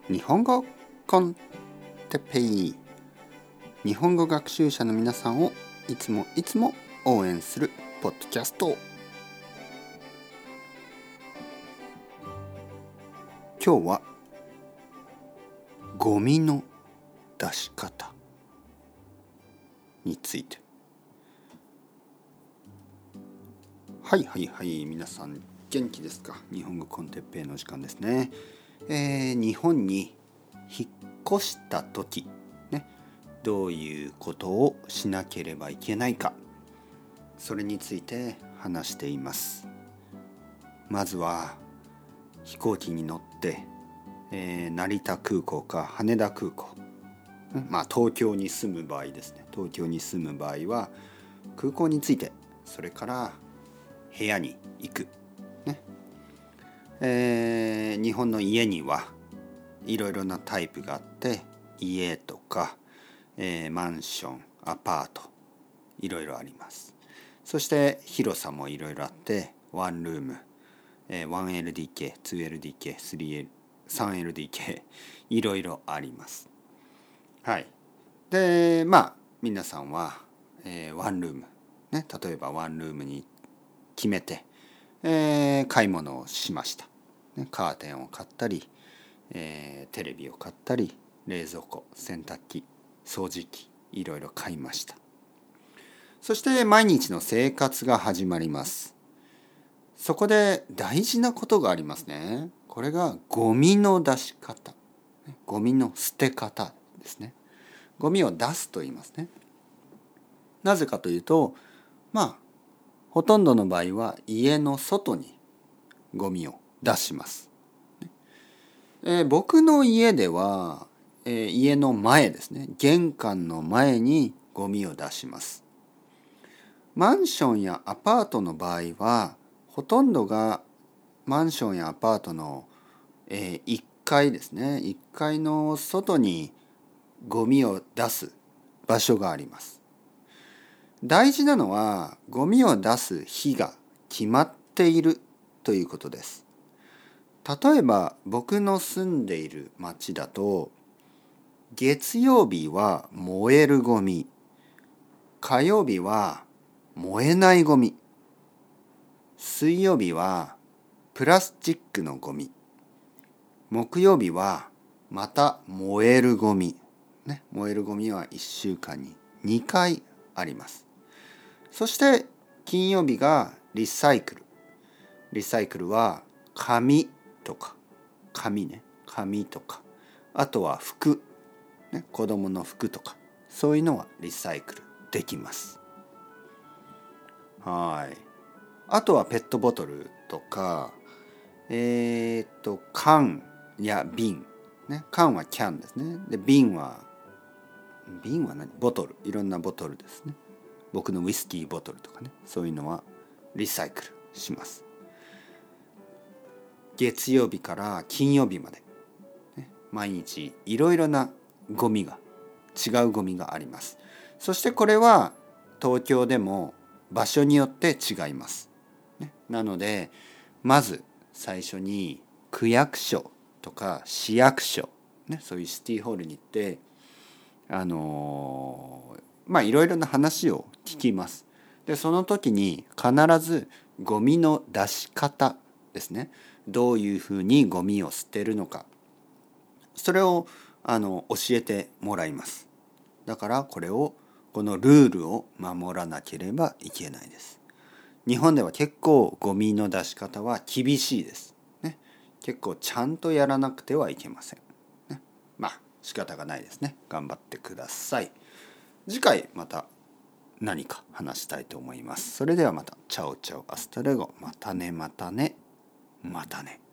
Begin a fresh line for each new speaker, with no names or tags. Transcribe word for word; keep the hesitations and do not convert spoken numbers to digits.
日本語コンテッペイ。日本語学習者の皆さんをいつもいつも応援するポッドキャスト。今日はゴミの出し方について。はいはいはい、皆さん元気ですか？日本語コンテッペイの時間ですね。えー、日本に引っ越した時ね、どういうことをしなければいけないか、それについて話しています。まずは飛行機に乗って、えー、成田空港か羽田空港、まあ東京に住む場合ですね。東京に住む場合は空港に着いて、それから部屋に行く、ねえー、日本の家にはいろいろなタイプがあって、家とか、えー、マンション、アパート、いろいろあります。そして広さもいろいろあって、ワンルーム、えー、ワンエルディーケー、ツーエルディーケー、スリーエル、スリーエルディーケー、いろいろあります。はい。で、まあ皆さんは、えー、ワンルーム、ね、例えばワンルームに決めて、えー、買い物をしました。カーテンを買ったり、えー、テレビを買ったり、冷蔵庫、洗濯機、掃除機、いろいろ買いました。そして毎日の生活が始まります。そこで大事なことがありますね。これがゴミの出し方、ゴミの捨て方ですね。ゴミを出すと言いますね。なぜかというと、まあほとんどの場合は家の外にゴミを出します。えー、僕の家では、えー、家の前ですね、玄関の前にゴミを出します。マンションやアパートの場合はほとんどがマンションやアパートの、えー、いっかいですね、いっかいの外にゴミを出す場所があります。大事なのはゴミを出す日が決まっているということです。例えば僕の住んでいる町だと、月曜日は燃えるゴミ、火曜日は燃えないゴミ、水曜日はプラスチックのゴミ、木曜日はまた燃えるゴミ、ね、燃えるゴミはいっしゅうかんににかいあります。そして金曜日がリサイクル。リサイクルは紙とか、紙ね、紙とか、あとは服、ね、子供の服とか、そういうのはリサイクルできます。はい。あとはペットボトルとか、えー、っと缶や瓶、ね、缶はキャンですね。で瓶は瓶は何？ボトル、いろんなボトルですね。僕のウイスキーボトルとかね、そういうのはリサイクルします。月曜日から金曜日まで、ね、毎日いろいろなゴミが、違うゴミがあります。そしてこれは東京でも場所によって違います、ね、なのでまず最初に区役所とか市役所、ね、そういうシティホールに行ってあのー、まあいろいろな話を聞きます。でその時に必ずゴミの出し方ですね、どういうふうにゴミを捨てるのか、それをあの教えてもらいます。だからこれをこのルールを守らなければいけないです。日本では結構ゴミの出し方は厳しいです、ね、結構ちゃんとやらなくてはいけません、ね、まあ仕方がないですね。頑張ってください。次回また何か話したいと思います。それではまた。チャオチャオアスタレゴ。またねまたねまたね。